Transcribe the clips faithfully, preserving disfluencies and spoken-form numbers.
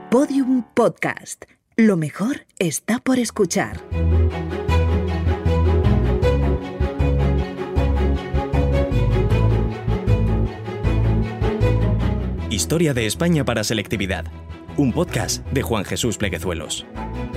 Podium Podcast. Lo mejor está por escuchar. Historia de España para selectividad. Un podcast de Juan Jesús Pleguezuelos.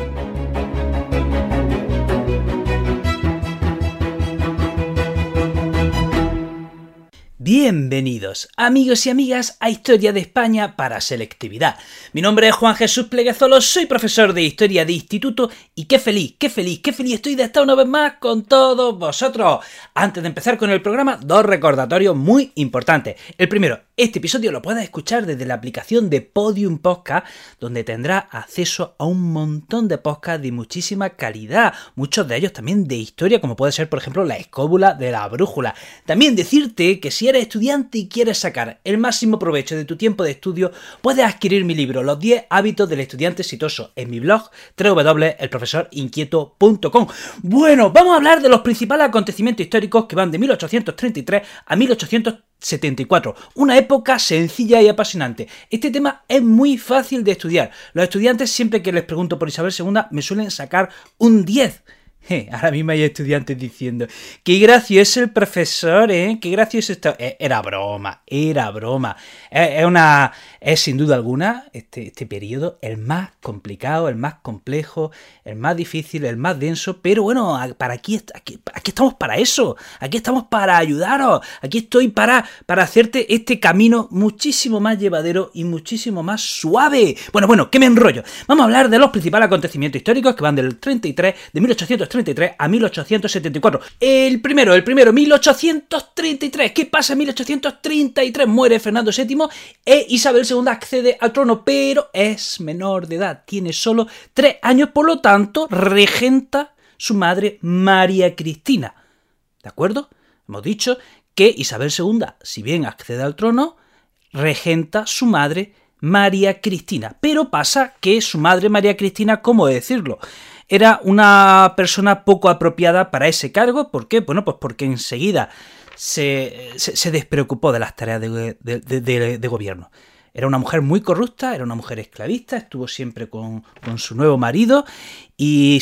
Bienvenidos, amigos y amigas, a Historia de España para selectividad. Mi nombre es Juan Jesús Pleguezuelos, soy profesor de Historia de Instituto y qué feliz, qué feliz, qué feliz estoy de estar una vez más con todos vosotros. Antes de empezar con el programa, dos recordatorios muy importantes. El primero, este episodio lo puedes escuchar desde la aplicación de Podium Podcast, donde tendrás acceso a un montón de podcasts de muchísima calidad, muchos de ellos también de historia, como puede ser, por ejemplo, La Escóbula de la Brújula. También decirte que si eres estudiante y quieres sacar el máximo provecho de tu tiempo de estudio, puedes adquirir mi libro Los diez hábitos del estudiante exitoso en mi blog doble u doble u doble u punto el profesor inquieto punto com. Bueno, vamos a hablar de los principales acontecimientos históricos que van de mil ochocientos treinta y tres a mil ochocientos setenta y cuatro, una época sencilla y apasionante. Este tema es muy fácil de estudiar. Los estudiantes, siempre que les pregunto por Isabel segunda, me suelen sacar un diez. Eh, ahora mismo hay estudiantes diciendo ¡qué gracioso el profesor, eh! ¡Qué gracioso esto! Eh, era broma, era broma. Eh, es una... Es sin duda alguna este, este periodo el más complicado, el más complejo, el más difícil, el más denso, pero bueno, para aquí, aquí, aquí estamos para eso, aquí estamos para ayudaros, aquí estoy para, para hacerte este camino muchísimo más llevadero y muchísimo más suave. Bueno, bueno, que me enrollo. Vamos a hablar de los principales acontecimientos históricos que van del treinta y tres, de mil ochocientos treinta y tres a mil ochocientos setenta y cuatro. El primero, el primero, mil ochocientos treinta y tres. ¿Qué pasa en mil ochocientos treinta y tres? Muere Fernando séptimo e Isabel segunda accede al trono, pero es menor de edad, tiene solo tres años, por lo tanto regenta su madre María Cristina. ¿De acuerdo? Hemos dicho que Isabel segunda, si bien accede al trono, regenta su madre María Cristina, pero pasa que su madre María Cristina, ¿cómo decirlo?, era una persona poco apropiada para ese cargo. ¿Por qué? Bueno, pues porque enseguida se, se, se despreocupó de las tareas de, de, de, de, de gobierno. Era una mujer muy corrupta, era una mujer esclavista, estuvo siempre con, con su nuevo marido y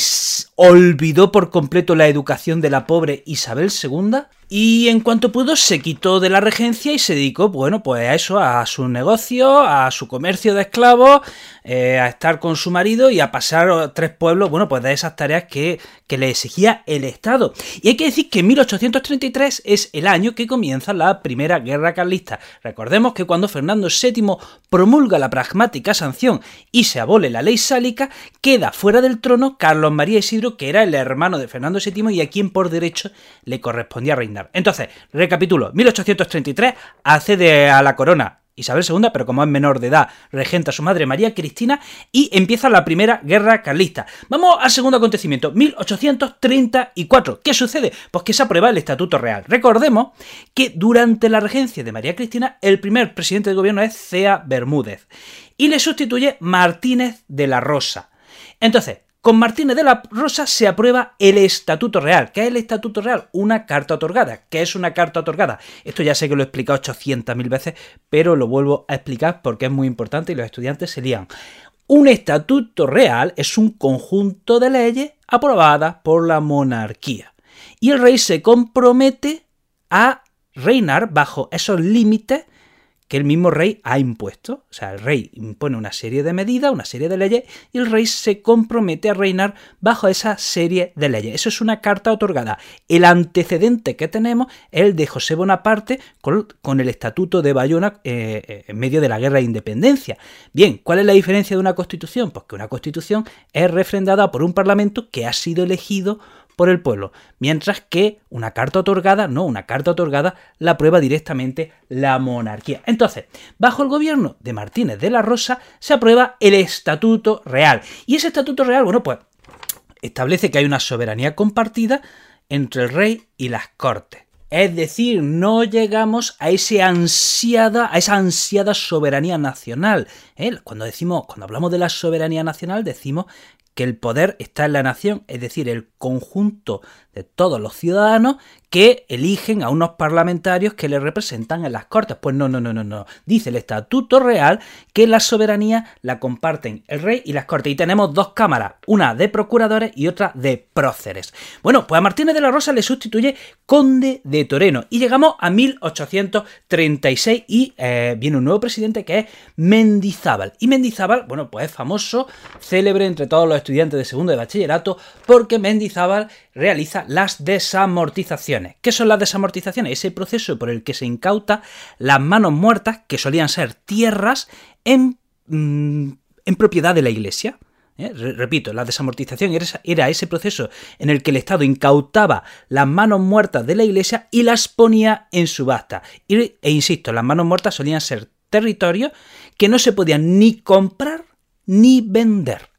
olvidó por completo la educación de la pobre Isabel segunda. Y en cuanto pudo se quitó de la regencia y se dedicó, bueno, pues a eso, a su negocio, a su comercio de esclavos, eh, a estar con su marido y a pasar tres pueblos, bueno, pues de esas tareas que, que le exigía el Estado. Y hay que decir que mil ochocientos treinta y tres es el año que comienza la Primera Guerra Carlista. Recordemos que cuando Fernando séptimo promulga la pragmática sanción y se abole la ley sálica, queda fuera del trono Carlos María Isidro, que era el hermano de Fernando séptimo y a quien por derecho le correspondía reinar. Entonces, recapitulo, mil ochocientos treinta y tres accede a la corona Isabel segunda, pero como es menor de edad, regenta a su madre María Cristina y empieza la Primera Guerra Carlista. Vamos al segundo acontecimiento, mil ochocientos treinta y cuatro. ¿Qué sucede? Pues que se aprueba el Estatuto Real. Recordemos que durante la regencia de María Cristina, el primer presidente del gobierno es Cea Bermúdez y le sustituye Martínez de la Rosa. Entonces, con Martínez de la Rosa se aprueba el Estatuto Real. ¿Qué es el Estatuto Real? Una carta otorgada. ¿Qué es una carta otorgada? Esto ya sé que lo he explicado ochocientas mil veces, pero lo vuelvo a explicar porque es muy importante y los estudiantes se lían. Un Estatuto Real es un conjunto de leyes aprobadas por la monarquía. Y el rey se compromete a reinar bajo esos límites que el mismo rey ha impuesto. O sea, el rey impone una serie de medidas, una serie de leyes, y el rey se compromete a reinar bajo esa serie de leyes. Eso es una carta otorgada. El antecedente que tenemos es el de José Bonaparte con, con el Estatuto de Bayona eh, en medio de la Guerra de Independencia. Bien, ¿cuál es la diferencia de una constitución? Pues que una constitución es refrendada por un parlamento que ha sido elegido por el pueblo, mientras que una carta otorgada, no, una carta otorgada la aprueba directamente la monarquía. Entonces, bajo el gobierno de Martínez de la Rosa se aprueba el Estatuto Real. Y ese Estatuto Real, bueno, pues establece que hay una soberanía compartida entre el rey y las cortes. Es decir, no llegamos a, ese ansiada, a esa ansiada soberanía nacional. ¿eh? Cuando decimos, cuando hablamos de la soberanía nacional, decimos que el poder está en la nación, es decir, el conjunto de todos los ciudadanos que eligen a unos parlamentarios que les representan en las Cortes. Pues no, no, no, no, no. Dice el Estatuto Real que la soberanía la comparten el rey y las Cortes. Y tenemos dos cámaras, una de procuradores y otra de próceres. Bueno, pues a Martínez de la Rosa le sustituye conde de Toreno. Y llegamos a mil ochocientos treinta y seis y eh, viene un nuevo presidente que es Mendizábal. Y Mendizábal, bueno, pues es famoso, célebre entre todos los estudiantes de segundo de bachillerato, porque Mendizábal realiza las desamortizaciones. ¿Qué son las desamortizaciones? Ese proceso por el que se incauta las manos muertas, que solían ser tierras, en, mmm, en propiedad de la Iglesia. ¿Eh? Repito, la desamortización era, era ese proceso en el que el Estado incautaba las manos muertas de la Iglesia y las ponía en subasta. Y, e insisto, las manos muertas solían ser territorios que no se podían ni comprar ni vender.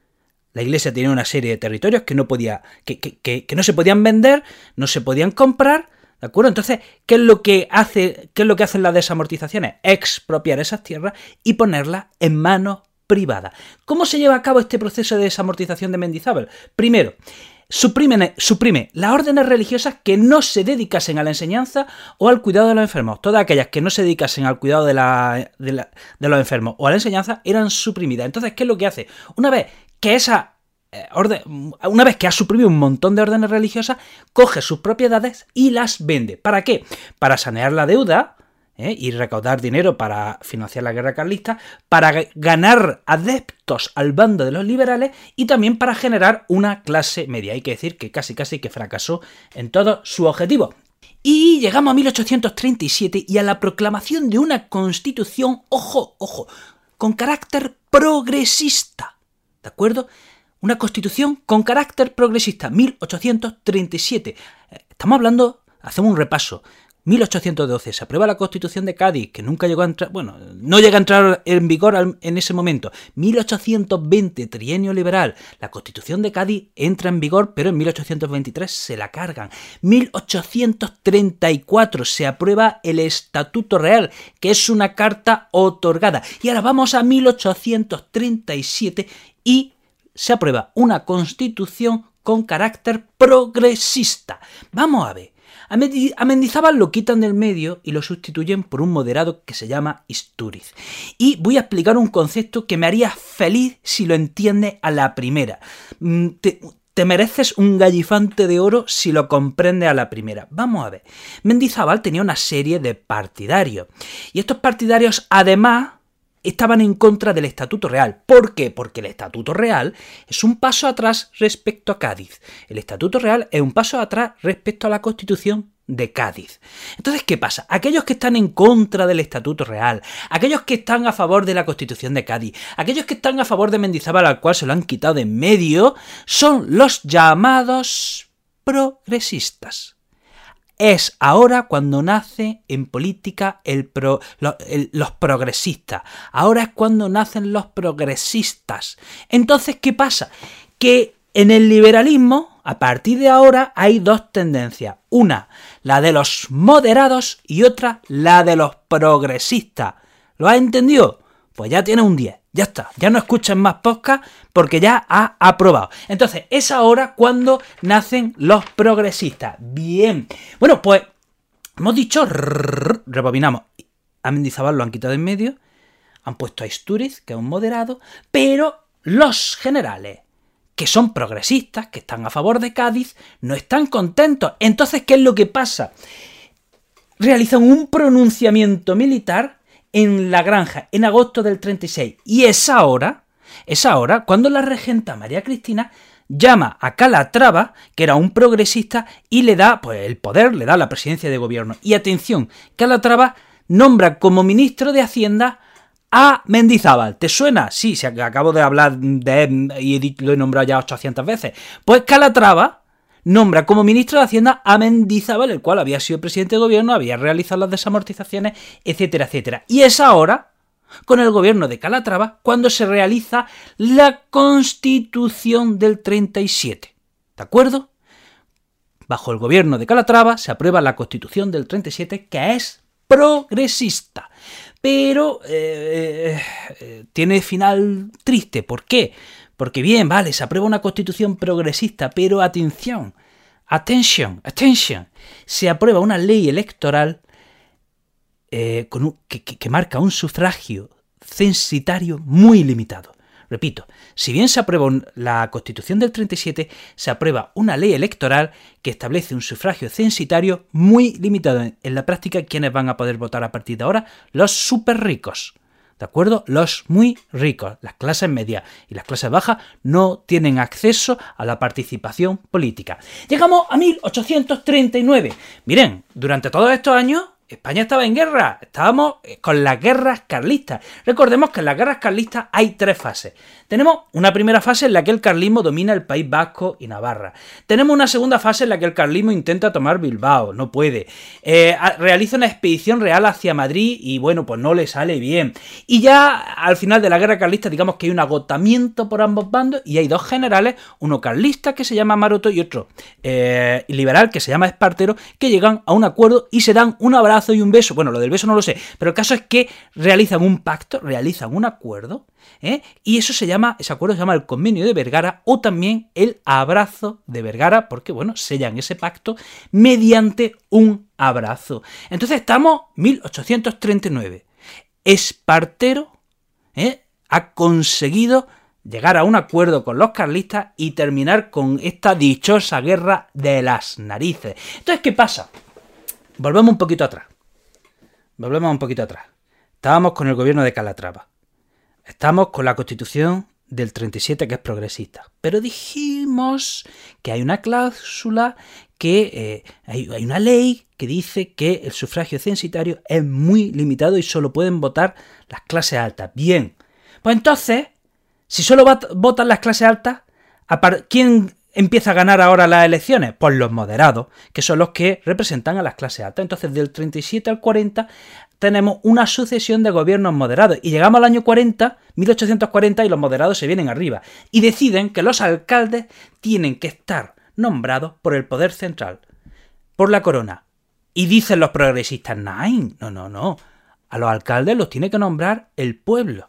La Iglesia tenía una serie de territorios que no podía, que, que, que, que no se podían vender, no se podían comprar, ¿de acuerdo? Entonces, ¿qué es lo que hace, qué es lo que hacen las desamortizaciones? Expropiar esas tierras y ponerlas en manos privadas. ¿Cómo se lleva a cabo este proceso de desamortización de Mendizábal? Primero, Suprime, suprime las órdenes religiosas que no se dedicasen a la enseñanza o al cuidado de los enfermos. Todas aquellas que no se dedicasen al cuidado de, la, de, la, de los enfermos o a la enseñanza eran suprimidas. Entonces, ¿qué es lo que hace? Una vez que esa eh, orden, una vez que ha suprimido un montón de órdenes religiosas, coge sus propiedades y las vende. ¿Para qué? Para sanear la deuda, ¿eh? y recaudar dinero para financiar la guerra carlista, para ganar adeptos al bando de los liberales y también para generar una clase media. Hay que decir que casi casi que fracasó en todo su objetivo. Y llegamos a mil ochocientos treinta y siete y a la proclamación de una constitución, ojo, ojo, con carácter progresista, ¿de acuerdo? Una constitución con carácter progresista, mil ochocientos treinta y siete. Estamos hablando, hacemos un repaso. mil ochocientos doce se aprueba la Constitución de Cádiz, que nunca llegó a entrar, bueno, no llega a entrar en vigor en ese momento. mil ochocientos veinte, trienio liberal, la Constitución de Cádiz entra en vigor, pero en mil ochocientos veintitrés se la cargan. mil ochocientos treinta y cuatro se aprueba el Estatuto Real, que es una carta otorgada. Y ahora vamos a mil ochocientos treinta y siete y se aprueba una Constitución con carácter progresista. Vamos a ver. A Mendizábal lo quitan del medio y lo sustituyen por un moderado que se llama Istúriz. Y voy a explicar un concepto que me haría feliz si lo entiendes a la primera. Te, te mereces un gallifante de oro si lo comprendes a la primera. Vamos a ver. Mendizábal tenía una serie de partidarios. Y estos partidarios, además, estaban en contra del Estatuto Real. ¿Por qué? Porque el Estatuto Real es un paso atrás respecto a Cádiz. El Estatuto Real es un paso atrás respecto a la Constitución de Cádiz. Entonces, ¿qué pasa? Aquellos que están en contra del Estatuto Real, aquellos que están a favor de la Constitución de Cádiz, aquellos que están a favor de Mendizábal, al cual se lo han quitado de en medio, son los llamados progresistas. Es ahora cuando nace en política el pro, lo, el, los progresistas. Ahora es cuando nacen los progresistas. Entonces, ¿qué pasa? Que en el liberalismo, a partir de ahora, hay dos tendencias. Una, la de los moderados y otra, la de los progresistas. ¿Lo has entendido? Pues ya tiene un diez. Ya está, ya no escuchen más podcast porque ya ha aprobado. Entonces, es ahora cuando nacen los progresistas. Bien. Bueno, pues hemos dicho, rrr, rebobinamos. A Mendizábal lo han quitado en medio, han puesto a Istúriz, que es un moderado, pero los generales, que son progresistas, que están a favor de Cádiz, no están contentos. Entonces, ¿qué es lo que pasa? Realizan un pronunciamiento militar en La Granja, en agosto del treinta y seis. Y es ahora, es ahora cuando la regenta María Cristina llama a Calatrava, que era un progresista, y le da pues el poder, le da la presidencia de gobierno. Y atención, Calatrava nombra como ministro de Hacienda a Mendizábal. ¿Te suena? Sí, si acabo de hablar de él y lo he nombrado ya ochocientas veces. Pues Calatrava nombra como ministro de Hacienda a Mendizábal, el cual había sido presidente de gobierno, había realizado las desamortizaciones, etcétera, etcétera. Y es ahora, con el gobierno de Calatrava, cuando se realiza la Constitución del treinta y siete. ¿De acuerdo? Bajo el gobierno de Calatrava se aprueba la Constitución del treinta y siete, que es progresista. Pero eh, eh, tiene final triste. ¿Por qué? Porque bien, vale, se aprueba una Constitución progresista, pero atención, Attention, attention. Se aprueba una ley electoral eh, con un, que, que, que marca un sufragio censitario muy limitado. Repito, si bien se aprueba un, la Constitución del treinta y siete, se aprueba una ley electoral que establece un sufragio censitario muy limitado. En, en la práctica, ¿quiénes van a poder votar a partir de ahora? Los súper ricos. ¿De acuerdo? Los muy ricos, las clases medias y las clases bajas no tienen acceso a la participación política. Llegamos a mil ochocientos treinta y nueve. Miren, durante todos estos años España estaba en guerra, estábamos con las guerras carlistas. Recordemos que en las guerras carlistas hay tres fases. Tenemos una primera fase en la que el carlismo domina el País Vasco y Navarra. Tenemos una segunda fase en la que el carlismo intenta tomar Bilbao, no puede. Eh, realiza una expedición real hacia Madrid y bueno, pues no le sale bien. Y ya al final de la guerra carlista digamos que hay un agotamiento por ambos bandos y hay dos generales, uno carlista que se llama Maroto y otro eh, liberal que se llama Espartero, que llegan a un acuerdo y se dan un abrazo y un beso. Bueno, lo del beso no lo sé, pero el caso es que realizan un pacto, realizan un acuerdo, ¿eh? Y eso se llama, ese acuerdo se llama el Convenio de Vergara o también el Abrazo de Vergara, porque bueno, sellan ese pacto mediante un abrazo. Entonces estamos mil ochocientos treinta y nueve. Espartero ¿eh? ha conseguido llegar a un acuerdo con los carlistas y terminar con esta dichosa guerra de las narices. Entonces, ¿qué pasa? Volvemos un poquito atrás. Volvemos un poquito atrás. Estábamos con el gobierno de Calatrava. Estamos con la Constitución del treinta y siete, que es progresista. Pero dijimos que hay una cláusula, que eh, hay, hay una ley que dice que el sufragio censitario es muy limitado y solo pueden votar las clases altas. Bien, pues entonces, si solo votan las clases altas, ¿quién empieza a ganar ahora las elecciones? Pues los moderados, que son los que representan a las clases altas. Entonces, del treinta y siete al cuarenta tenemos una sucesión de gobiernos moderados y llegamos al año cuarenta, mil ochocientos cuarenta, y los moderados se vienen arriba y deciden que los alcaldes tienen que estar nombrados por el poder central, por la corona. Y dicen los progresistas, Nein, no, no, no, a los alcaldes los tiene que nombrar el pueblo.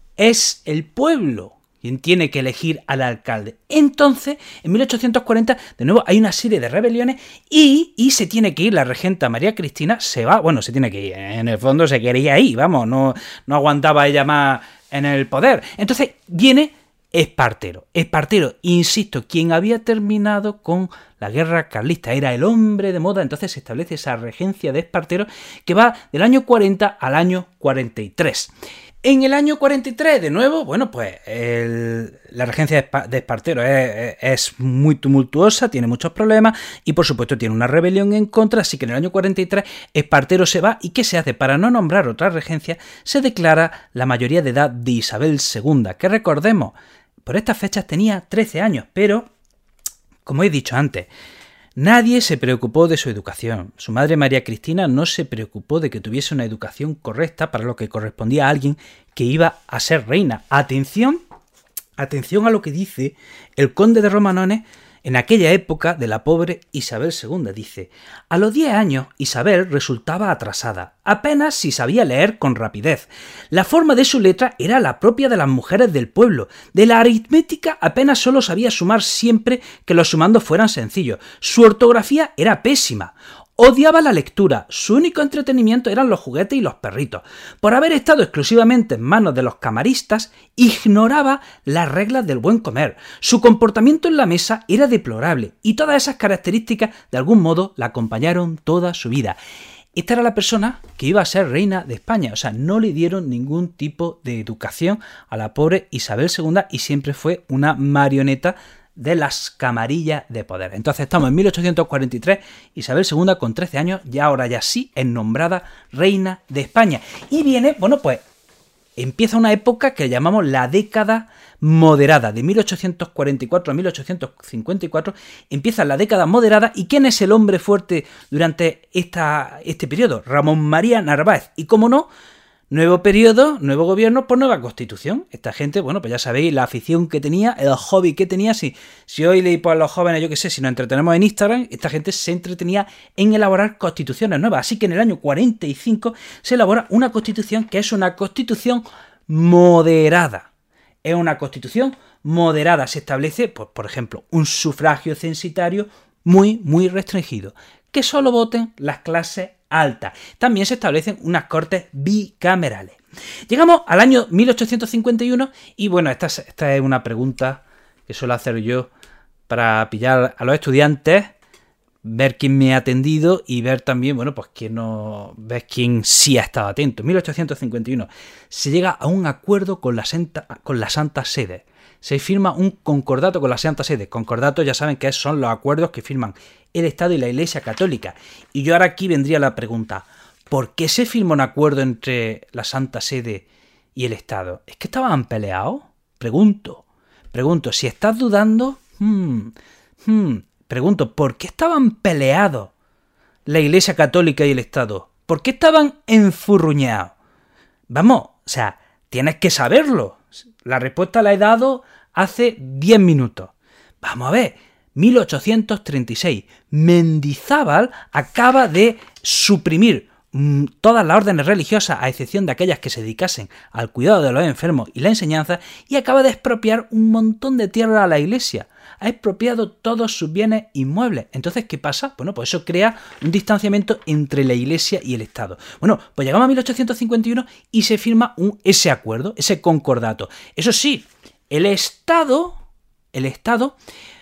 Es el pueblo quien tiene que elegir al alcalde. Entonces, en mil ochocientos cuarenta, de nuevo, hay una serie de rebeliones y, y se tiene que ir, la regenta María Cristina se va, bueno, se tiene que ir, en el fondo se quería ir, vamos, no, no aguantaba ella más en el poder. Entonces, viene Espartero. Espartero, insisto, quien había terminado con la guerra carlista, era el hombre de moda, entonces se establece esa regencia de Espartero que va del año cuarenta al año cuarenta y tres. En el año cuarenta y tres, de nuevo, bueno, pues el, la regencia de Espartero es, es muy tumultuosa, tiene muchos problemas y por supuesto tiene una rebelión en contra, así que en el año cuarenta y tres Espartero se va y ¿qué se hace? Para no nombrar otra regencia, se declara la mayoría de edad de Isabel segunda, que recordemos, por estas fechas tenía trece años, pero, como he dicho antes, nadie se preocupó de su educación. Su madre María Cristina no se preocupó de que tuviese una educación correcta para lo que correspondía a alguien que iba a ser reina. Atención, atención a lo que dice el conde de Romanones en aquella época de la pobre Isabel segunda. Dice, a los diez años Isabel resultaba atrasada, apenas si sabía leer con rapidez. La forma de su letra era la propia de las mujeres del pueblo. De la aritmética apenas solo sabía sumar siempre que los sumandos fueran sencillos. Su ortografía era pésima. Odiaba la lectura, su único entretenimiento eran los juguetes y los perritos. Por haber estado exclusivamente en manos de los camaristas, ignoraba las reglas del buen comer. Su comportamiento en la mesa era deplorable y todas esas características de algún modo la acompañaron toda su vida. Esta era la persona que iba a ser reina de España, o sea, no le dieron ningún tipo de educación a la pobre Isabel segunda y siempre fue una marioneta de las camarillas de poder. Entonces estamos en mil ochocientos cuarenta y tres, Isabel segunda con trece años, y ahora ya sí es nombrada reina de España. Y viene, bueno, pues empieza una época que llamamos la década moderada, de mil ochocientos cuarenta y cuatro a mil ochocientos cincuenta y cuatro, empieza la década moderada. ¿Y quién es el hombre fuerte durante esta, este periodo? Ramón María Narváez. Y cómo no, nuevo periodo, nuevo gobierno por nueva constitución. Esta gente, bueno, pues ya sabéis la afición que tenía, el hobby que tenía. Si, si hoy leí por los jóvenes, yo qué sé, si nos entretenemos en Instagram, esta gente se entretenía en elaborar constituciones nuevas. Así que en el año cuarenta y cinco se elabora una constitución que es una constitución moderada. Es una constitución moderada. Se establece, pues, por ejemplo, un sufragio censitario muy, muy restringido, que solo voten las clases altas. También se establecen unas cortes bicamerales. Llegamos al año mil ochocientos cincuenta y uno y bueno, esta es, esta es una pregunta que suelo hacer yo para pillar a los estudiantes, ver quién me ha atendido y ver también, bueno, pues quién no, ver quién sí ha estado atento. mil ochocientos cincuenta y uno se llega a un acuerdo con la, Santa, con la Santa Sede. Se firma un concordato con la Santa Sede. Concordatos ya saben que son los acuerdos que firman el Estado y la Iglesia Católica. Y yo ahora aquí vendría la pregunta, ¿por qué se firma un acuerdo entre la Santa Sede y el Estado? ¿Es que estaban peleados? Pregunto, pregunto, si estás dudando, hmm, hmm, pregunto, ¿por qué estaban peleados la Iglesia Católica y el Estado? ¿Por qué estaban enfurruñados? Vamos, o sea, tienes que saberlo. La respuesta la he dado hace diez minutos. Vamos a ver, mil ochocientos treinta y seis. Mendizábal acaba de suprimir mmm, todas las órdenes religiosas, a excepción de aquellas que se dedicasen al cuidado de los enfermos y la enseñanza, y acaba de expropiar un montón de tierra a la Iglesia. Ha expropiado todos sus bienes inmuebles. Entonces, ¿qué pasa? Bueno, pues eso crea un distanciamiento entre la Iglesia y el Estado. Bueno, pues llegamos a mil ochocientos cincuenta y uno y se firma un, ese acuerdo, ese concordato. Eso sí, el Estado, el Estado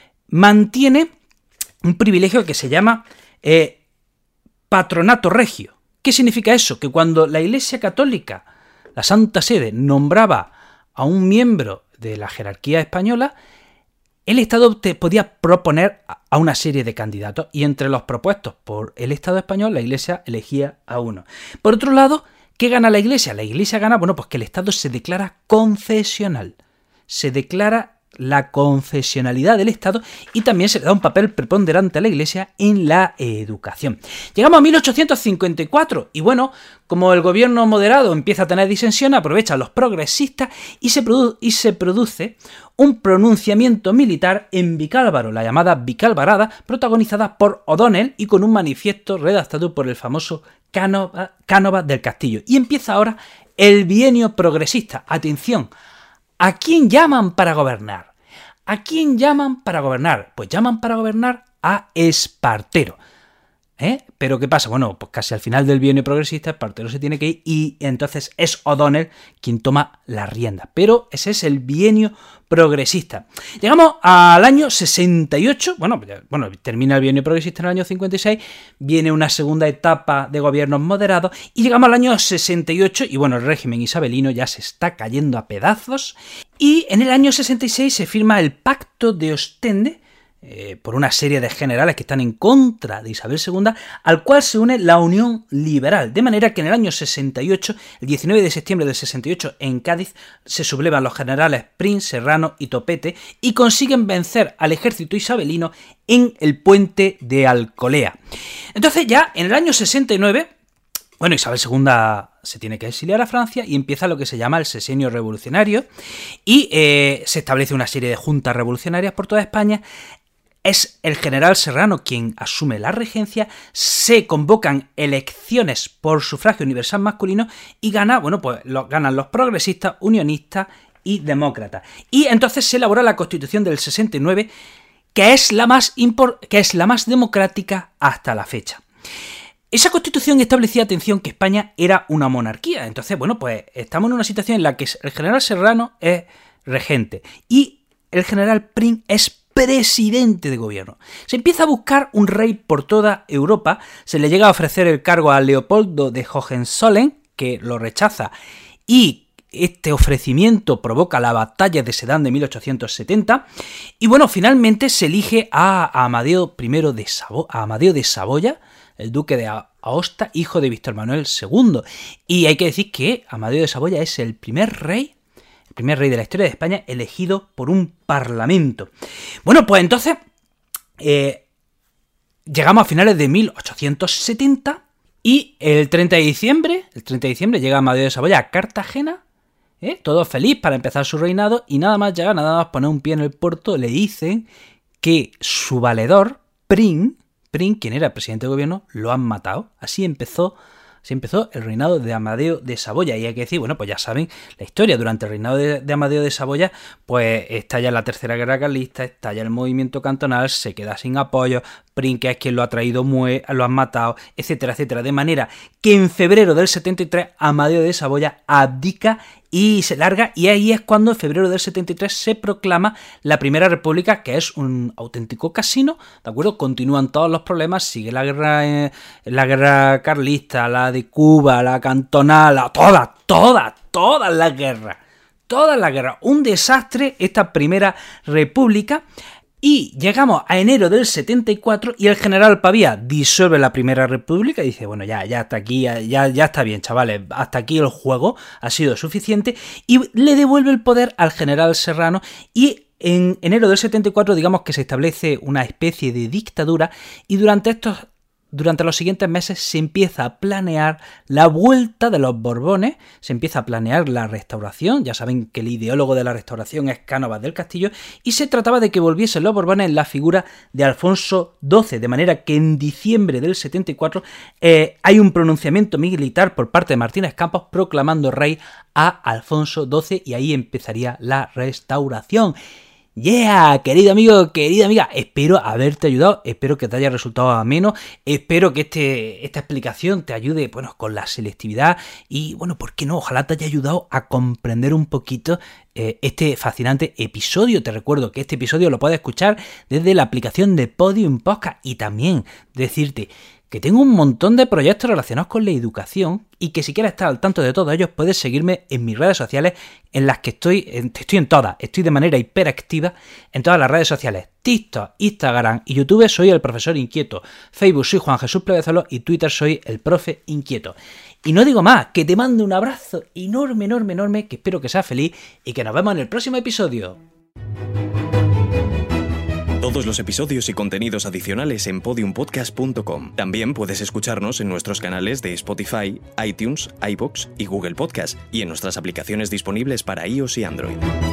mantiene un privilegio que se llama eh, patronato regio. ¿Qué significa eso? Que cuando la Iglesia Católica, la Santa Sede, nombraba a un miembro de la jerarquía española, el Estado te podía proponer a una serie de candidatos y entre los propuestos por el Estado español, la Iglesia elegía a uno. Por otro lado, ¿qué gana la Iglesia? La Iglesia gana, bueno, pues que el Estado se declara confesional. Se declara la confesionalidad del Estado y también se le da un papel preponderante a la Iglesia en la educación. Llegamos a mil ochocientos cincuenta y cuatro y bueno, como el gobierno moderado empieza a tener disensión, aprovechan los progresistas y se, produ- y se produce un pronunciamiento militar en Vicálvaro, la llamada Vicalvarada, protagonizada por O'Donnell y con un manifiesto redactado por el famoso Cánova, Cánova del Castillo. Y empieza ahora el bienio progresista. Atención, ¿a quién llaman para gobernar? ¿A quién llaman para gobernar? Pues llaman para gobernar a Espartero. ¿Eh? ¿Pero qué pasa? Bueno, pues casi al final del bienio progresista Espartero se tiene que ir y entonces es O'Donnell quien toma la rienda. Pero ese es el bienio progresista. Llegamos al año sesenta y ocho, bueno, bueno, termina el bienio progresista en el año cincuenta y seis, viene una segunda etapa de gobiernos moderados y llegamos al año sesenta y ocho y bueno, el régimen isabelino ya se está cayendo a pedazos y en el año sesenta y seis se firma el Pacto de Ostende, Eh, por una serie de generales que están en contra de Isabel segunda, al cual se une la Unión Liberal, de manera que en el año sesenta y ocho, el diecinueve de septiembre del sesenta y ocho, en Cádiz, se sublevan los generales Prim, Serrano y Topete y consiguen vencer al ejército isabelino en el puente de Alcolea. Entonces ya en el año sesenta y nueve, bueno, Isabel segunda se tiene que exiliar a Francia y empieza lo que se llama el Sexenio Revolucionario y eh, se establece una serie de juntas revolucionarias por toda España. Es el general Serrano quien asume la regencia, se convocan elecciones por sufragio universal masculino y gana, bueno, pues lo, ganan los progresistas, unionistas y demócratas. Y entonces se elabora la Constitución del sesenta y nueve, que es la más, impor- que es la más democrática hasta la fecha. Esa Constitución establecía, atención, que España era una monarquía. Entonces, bueno, pues estamos en una situación en la que el general Serrano es regente y el general Prim es presidente de gobierno. Se empieza a buscar un rey por toda Europa, se le llega a ofrecer el cargo a Leopoldo de Hohenzollern, que lo rechaza, y este ofrecimiento provoca la batalla de Sedán de mil ochocientos setenta, y bueno, finalmente se elige a Amadeo I de Sabo- a Amadeo de Saboya, el duque de Aosta, hijo de Víctor Manuel segundo, y hay que decir que Amadeo de Saboya es el primer rey El primer rey de la historia de España elegido por un parlamento. Bueno, pues entonces eh, llegamos a finales de mil ochocientos setenta y el treinta de diciembre, el treinta de diciembre llega Amadeo de Saboya a Cartagena, ¿eh? todo feliz para empezar su reinado y nada más llega, nada más poner un pie en el puerto, le dicen que su valedor, Prim, Prim, quien era presidente de gobierno, lo han matado. Así empezó Así empezó el reinado de Amadeo de Saboya. Y hay que decir, bueno, pues ya saben la historia. Durante el reinado de, de Amadeo de Saboya, pues estalla la Tercera Guerra Carlista, estalla el movimiento cantonal, se queda sin apoyo, Prim, que es quien lo ha traído, muere, lo han matado, etcétera, etcétera. De manera que en febrero del setenta y tres, Amadeo de Saboya abdica y se larga, y ahí es cuando en febrero del setenta y tres se proclama la Primera República, que es un auténtico casino, ¿de acuerdo? Continúan todos los problemas, sigue la guerra, eh, la guerra carlista, la de Cuba, la cantonal, la, todas, todas, todas las guerras, todas las guerras, un desastre esta Primera República. Y llegamos a enero del setenta y cuatro y el general Pavía disuelve la Primera República y dice, bueno, ya, ya hasta aquí, ya, ya está bien, chavales, hasta aquí el juego ha sido suficiente, y le devuelve el poder al general Serrano, y en enero del setenta y cuatro digamos que se establece una especie de dictadura, y durante estos Durante los siguientes meses se empieza a planear la vuelta de los Borbones, se empieza a planear la restauración, ya saben que el ideólogo de la restauración es Cánovas del Castillo, y se trataba de que volviesen los Borbones en la figura de Alfonso doce, de manera que en diciembre del setenta y cuatro eh, hay un pronunciamiento militar por parte de Martínez Campos proclamando rey a Alfonso doce, y ahí empezaría la restauración. ¡Yeah! Querido amigo, querida amiga, espero haberte ayudado, espero que te haya resultado ameno, espero que este, esta explicación te ayude, bueno, con la selectividad y, bueno, ¿por qué no? Ojalá te haya ayudado a comprender un poquito eh, este fascinante episodio. Te recuerdo que este episodio lo puedes escuchar desde la aplicación de Podium Podcast, y también decirte que tengo un montón de proyectos relacionados con la educación y que si quieres estar al tanto de todos ellos puedes seguirme en mis redes sociales, en las que estoy, estoy en todas, estoy de manera hiperactiva en todas las redes sociales: TikTok, Instagram y YouTube soy el profesor inquieto, Facebook soy Juan Jesús Pleguezuelos y Twitter soy el profe inquieto. Y no digo más, que te mando un abrazo enorme, enorme, enorme, que espero que seas feliz y que nos vemos en el próximo episodio. Todos los episodios y contenidos adicionales en podium podcast punto com. También puedes escucharnos en nuestros canales de Spotify, iTunes, iVoox y Google Podcast, y en nuestras aplicaciones disponibles para iOS y Android.